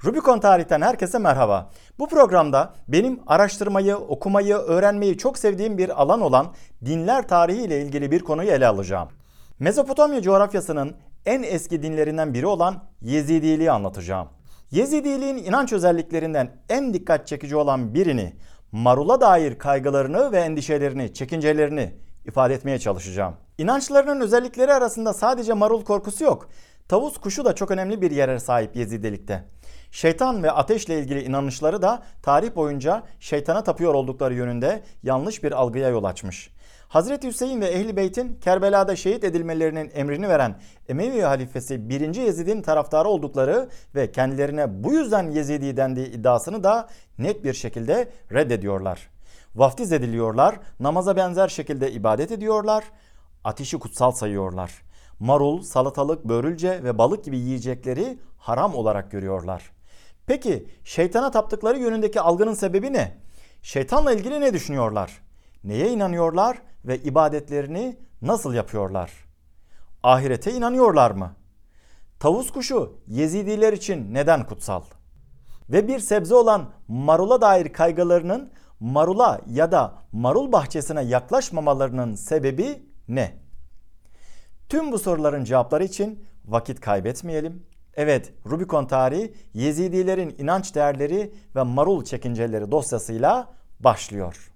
Rubicon Tarih'ten herkese merhaba. Bu programda benim araştırmayı, okumayı, öğrenmeyi çok sevdiğim bir alan olan dinler tarihi ile ilgili bir konuyu ele alacağım. Mezopotamya coğrafyasının en eski dinlerinden biri olan Yezidiliği anlatacağım. Yezidiliğin inanç özelliklerinden en dikkat çekici olan birini, marula dair kaygılarını ve endişelerini, çekincelerini ifade etmeye çalışacağım. İnançlarının özellikleri arasında sadece marul korkusu yok. Tavus kuşu da çok önemli bir yere sahip Yezidilikte. Şeytan ve ateşle ilgili inanışları da tarih boyunca şeytana tapıyor oldukları yönünde yanlış bir algıya yol açmış. Hazreti Hüseyin ve Ehl-i Beyt'in Kerbela'da şehit edilmelerinin emrini veren Emevi halifesi 1. Yezid'in taraftarı oldukları ve kendilerine bu yüzden Yezidi dendiği iddiasını da net bir şekilde reddediyorlar. Vaftiz ediliyorlar, namaza benzer şekilde ibadet ediyorlar, ateşi kutsal sayıyorlar. Marul, salatalık, börülce ve balık gibi yiyecekleri haram olarak görüyorlar. Peki şeytana taptıkları yönündeki algının sebebi ne? Şeytanla ilgili ne düşünüyorlar? Neye inanıyorlar ve ibadetlerini nasıl yapıyorlar? Ahirete inanıyorlar mı? Tavus kuşu Yezidiler için neden kutsal? Ve bir sebze olan marula dair kaygılarının marula ya da marul bahçesine yaklaşmamalarının sebebi ne? Tüm bu soruların cevapları için vakit kaybetmeyelim. Evet, Rubicon Tarihi Yezidilerin inanç değerleri ve marul çekinceleri dosyasıyla başlıyor.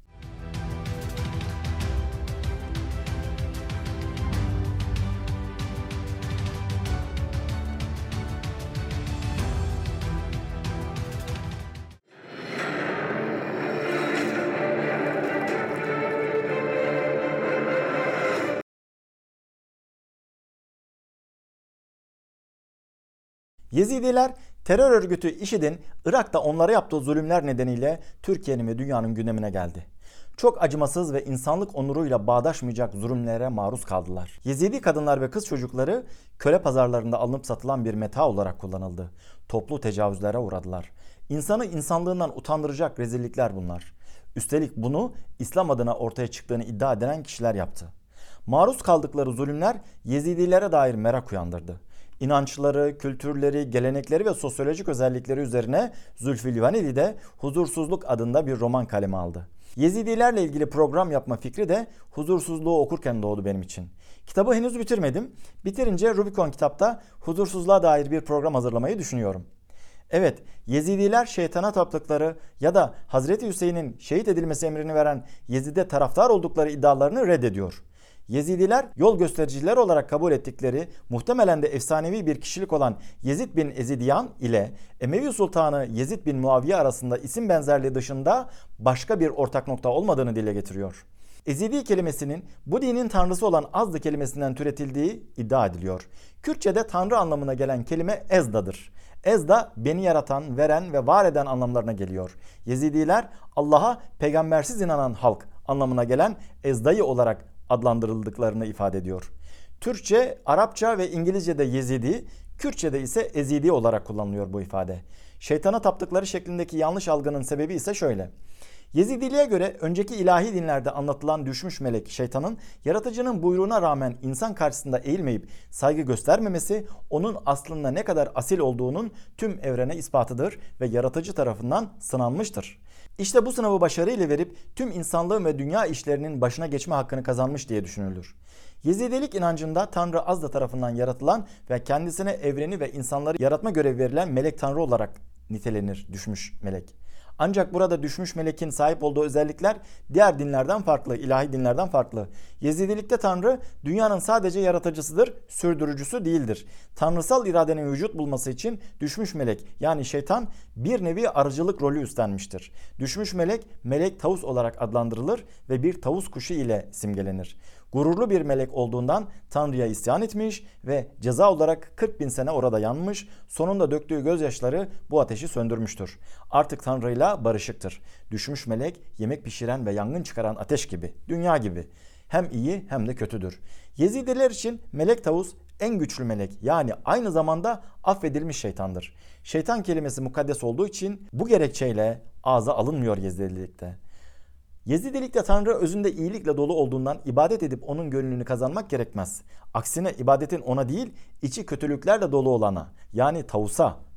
Yezidiler terör örgütü IŞİD'in Irak'ta onlara yaptığı zulümler nedeniyle Türkiye'nin ve dünyanın gündemine geldi. Çok acımasız ve insanlık onuruyla bağdaşmayacak zulümlere maruz kaldılar. Yezidi kadınlar ve kız çocukları köle pazarlarında alınıp satılan bir meta olarak kullanıldı. Toplu tecavüzlere uğradılar. İnsanı insanlığından utandıracak rezillikler bunlar. Üstelik bunu İslam adına ortaya çıktığını iddia eden kişiler yaptı. Maruz kaldıkları zulümler Yezidilere dair merak uyandırdı. İnançları, kültürleri, gelenekleri ve sosyolojik özellikleri üzerine Zülfü Livaneli de Huzursuzluk adında bir roman kaleme aldı. Yezidilerle ilgili program yapma fikri de huzursuzluğu okurken doğdu benim için. Kitabı henüz bitirmedim. Bitirince Rubicon kitapta huzursuzluğa dair bir program hazırlamayı düşünüyorum. Evet, Yezidiler şeytana taptıkları ya da Hazreti Hüseyin'in şehit edilmesi emrini veren Yezid'e taraftar oldukları iddialarını reddediyor. Yezidiler yol göstericiler olarak kabul ettikleri muhtemelen de efsanevi bir kişilik olan Yezid bin Ezidiyan ile Emevi Sultanı Yezid bin Muaviye arasında isim benzerliği dışında başka bir ortak nokta olmadığını dile getiriyor. Ezidi kelimesinin bu dinin tanrısı olan Azdı kelimesinden türetildiği iddia ediliyor. Kürtçe'de tanrı anlamına gelen kelime Ezda'dır. Ezda beni yaratan, veren ve var eden anlamlarına geliyor. Yezidiler Allah'a peygambersiz inanan halk anlamına gelen Ezda'yı olarak adlandırıldıklarını ifade ediyor. Türkçe, Arapça ve İngilizce'de Yezidi, Kürtçe'de ise Ezidi olarak kullanılıyor bu ifade. Şeytana taptıkları şeklindeki yanlış algının sebebi ise şöyle. Yezidiliğe göre önceki ilahi dinlerde anlatılan düşmüş melek şeytanın yaratıcının buyruğuna rağmen insan karşısında eğilmeyip saygı göstermemesi onun aslında ne kadar asil olduğunun tüm evrene ispatıdır ve yaratıcı tarafından sınanmıştır. İşte bu sınavı başarıyla verip tüm insanlığın ve dünya işlerinin başına geçme hakkını kazanmış diye düşünülür. Yezidilik inancında Tanrı Azda tarafından yaratılan ve kendisine evreni ve insanları yaratma görevi verilen melek Tanrı olarak nitelenir düşmüş melek. Ancak burada düşmüş melekin sahip olduğu özellikler diğer dinlerden farklı, ilahi dinlerden farklı. Yezidilikte Tanrı dünyanın sadece yaratıcısıdır, sürdürücüsü değildir. Tanrısal iradenin vücut bulması için düşmüş melek yani şeytan bir nevi arıcılık rolü üstlenmiştir. Düşmüş melek, melek tavus olarak adlandırılır ve bir tavus kuşu ile simgelenir. Gururlu bir melek olduğundan Tanrı'ya isyan etmiş ve ceza olarak 40.000 sene orada yanmış, sonunda döktüğü gözyaşları bu ateşi söndürmüştür. Artık Tanrı'yla barışıktır. Düşmüş melek yemek pişiren ve yangın çıkaran ateş gibi, dünya gibi. Hem iyi hem de kötüdür. Yezidiler için melek tavus en güçlü melek yani aynı zamanda affedilmiş şeytandır. Şeytan kelimesi mukaddes olduğu için bu gerekçeyle ağza alınmıyor Yezidilikte. Yezidilikte Tanrı özünde iyilikle dolu olduğundan ibadet edip onun gönlünü kazanmak gerekmez. Aksine ibadetin ona değil, içi kötülüklerle dolu olana yani tavusa,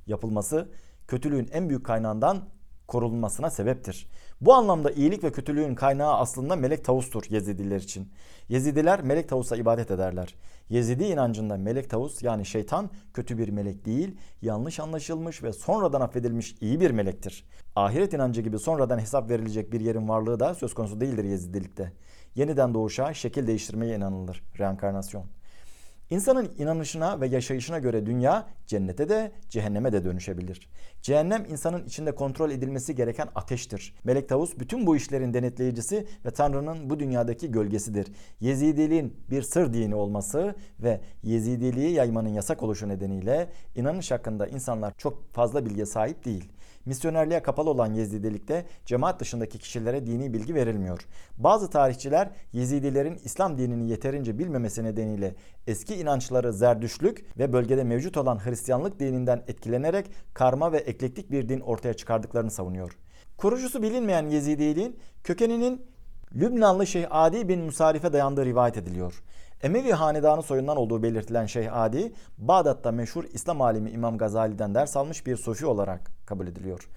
yapılması kötülüğün en büyük kaynağından korunmasına sebeptir. Bu anlamda iyilik ve kötülüğün kaynağı aslında melek tavustur Yezidiler için. Yezidiler melek tavusa ibadet ederler. Yezidi inancında melek tavus yani şeytan kötü bir melek değil, yanlış anlaşılmış ve sonradan affedilmiş iyi bir melektir. Ahiret inancı gibi sonradan hesap verilecek bir yerin varlığı da söz konusu değildir Yezidilikte. Yeniden doğuşa, şekil değiştirmeye inanılır. Reenkarnasyon. İnsanın inanışına ve yaşayışına göre dünya cennete de cehenneme de dönüşebilir. Cehennem insanın içinde kontrol edilmesi gereken ateştir. Melek tavus bütün bu işlerin denetleyicisi ve Tanrı'nın bu dünyadaki gölgesidir. Yezidiliğin bir sır dini olması ve Yezidiliği yaymanın yasak oluşu nedeniyle inanış hakkında insanlar çok fazla bilgiye sahip değil. Misyonerliğe kapalı olan Yezidilikte cemaat dışındaki kişilere dini bilgi verilmiyor. Bazı tarihçiler Yezidilerin İslam dinini yeterince bilmemesi nedeniyle eski inançları Zerdüştlük ve bölgede mevcut olan Hristiyanlık dininden etkilenerek karma ve eklektik bir din ortaya çıkardıklarını savunuyor. Kurucusu bilinmeyen Yezidiliğin kökeninin Lübnanlı Şeyh Adi bin Musarif'e dayandığı rivayet ediliyor. Emevi hanedanı soyundan olduğu belirtilen Şeyh Adi, Bağdat'ta meşhur İslam alimi İmam Gazali'den ders almış bir sufi olarak kabul ediliyor.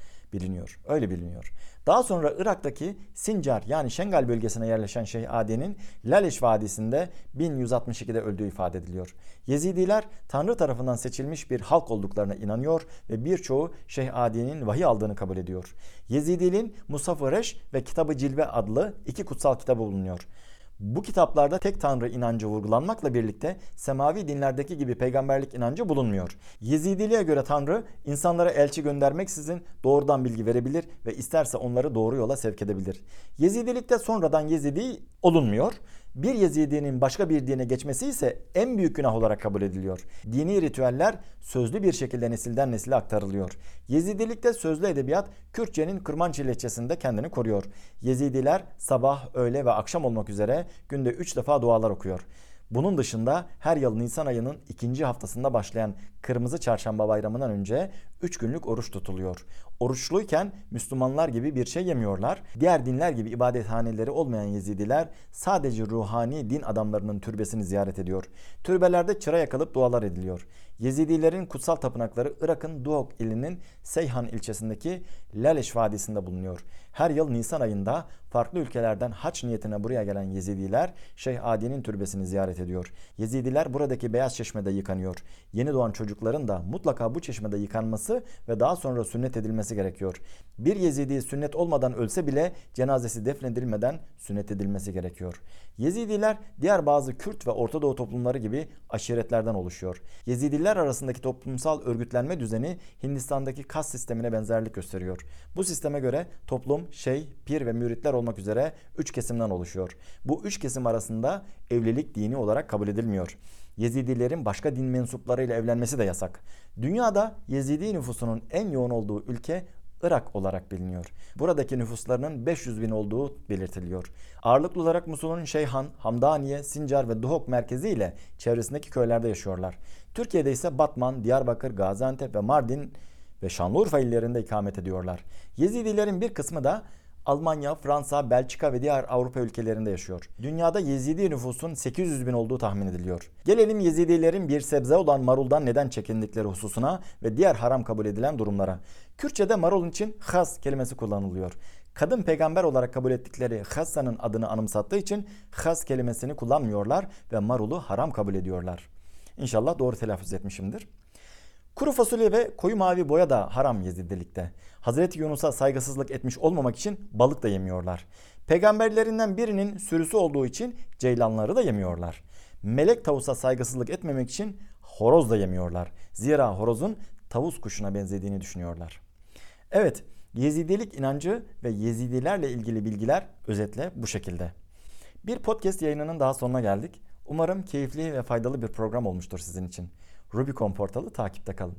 Öyle biliniyor. Daha sonra Irak'taki Sincar yani Şengal bölgesine yerleşen Şeyh Adi'nin Laleş Vadisi'nde 1162'de öldüğü ifade ediliyor. Yezidiler Tanrı tarafından seçilmiş bir halk olduklarına inanıyor ve birçoğu Şeyh Adi'nin vahiy aldığını kabul ediyor. Yezidiliğin Musaf-ı Reş ve Kitab-ı Cilve adlı iki kutsal kitabı bulunuyor. Bu kitaplarda tek tanrı inancı vurgulanmakla birlikte semavi dinlerdeki gibi peygamberlik inancı bulunmuyor. Yezidiliğe göre Tanrı insanlara elçi göndermeksizin doğrudan bilgi verebilir ve isterse onları doğru yola sevk edebilir. Yezidilikte sonradan Yezidi olunmuyor. Bir Yezidi'nin başka bir dine geçmesi ise en büyük günah olarak kabul ediliyor. Dini ritüeller sözlü bir şekilde nesilden nesile aktarılıyor. Yezidilikte sözlü edebiyat Kürtçenin Kırmançı lehçesinde kendini koruyor. Yezidiler sabah, öğle ve akşam olmak üzere günde 3 defa dualar okuyor. Bunun dışında her yıl Nisan ayının 2. haftasında başlayan Kırmızı Çarşamba Bayramı'ndan önce 3 günlük oruç tutuluyor. Oruçluyken Müslümanlar gibi bir şey yemiyorlar. Diğer dinler gibi ibadethaneleri olmayan Yezidiler sadece ruhani din adamlarının türbesini ziyaret ediyor. Türbelerde çıra yakılıp dualar ediliyor. Yezidilerin kutsal tapınakları Irak'ın Duhok ilinin Seyhan ilçesindeki Laleş Vadisi'nde bulunuyor. Her yıl Nisan ayında farklı ülkelerden haç niyetine buraya gelen Yezidiler Şeyh Adi'nin türbesini ziyaret ediyor. Yezidiler buradaki beyaz çeşmede yıkanıyor. Yeni doğan çocukların da mutlaka bu çeşmede yıkanması ve daha sonra sünnet edilmesi gerekiyor. Bir Yezidi sünnet olmadan ölse bile cenazesi defnedilmeden sünnet edilmesi gerekiyor. Yezidiler diğer bazı Kürt ve Orta Doğu toplumları gibi aşiretlerden oluşuyor. Yezidiler arasındaki toplumsal örgütlenme düzeni Hindistan'daki kas sistemine benzerlik gösteriyor. Bu sisteme göre toplum şeyh, pir ve müritler olmak üzere 3 kesimden oluşuyor. Bu 3 kesim arasında evlilik dini olarak kabul edilmiyor. Yezidilerin başka din mensuplarıyla evlenmesi de yasak. Dünyada Yezidi nüfusunun en yoğun olduğu ülke Irak olarak biliniyor. Buradaki nüfuslarının 500 bin olduğu belirtiliyor. Ağırlıklı olarak Musul'un Şeyhan, Hamdaniye, Sincar ve Duhok merkezi ile çevresindeki köylerde yaşıyorlar. Türkiye'de ise Batman, Diyarbakır, Gaziantep ve Mardin ve Şanlıurfa illerinde ikamet ediyorlar. Yezidilerin bir kısmı da Almanya, Fransa, Belçika ve diğer Avrupa ülkelerinde yaşıyor. Dünyada Yezidi nüfusun 800 bin olduğu tahmin ediliyor. Gelelim Yezidilerin bir sebze olan maruldan neden çekindikleri hususuna ve diğer haram kabul edilen durumlara. Kürtçe'de marul için has kelimesi kullanılıyor. Kadın peygamber olarak kabul ettikleri Hassa'nın adını anımsattığı için has kelimesini kullanmıyorlar ve marulu haram kabul ediyorlar. İnşallah doğru telaffuz etmişimdir. Kuru fasulye ve koyu mavi boya da haram Yezidilikte. Hazreti Yunus'a saygısızlık etmiş olmamak için balık da yemiyorlar. Peygamberlerinden birinin sürüsü olduğu için ceylanları da yemiyorlar. Melek tavusa saygısızlık etmemek için horoz da yemiyorlar. Zira horozun tavus kuşuna benzediğini düşünüyorlar. Evet, Yezidilik inancı ve Yezidilerle ilgili bilgiler özetle bu şekilde. Bir podcast yayınının daha sonuna geldik. Umarım keyifli ve faydalı bir program olmuştur sizin için. Rubicon portalı takipte kalın.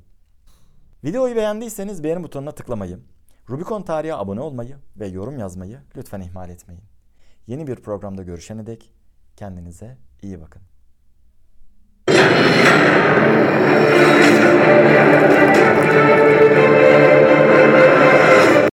Videoyu beğendiyseniz beğeni butonuna tıklamayı, Rubicon Tarih'e abone olmayı ve yorum yazmayı lütfen ihmal etmeyin. Yeni bir programda görüşene dek kendinize iyi bakın.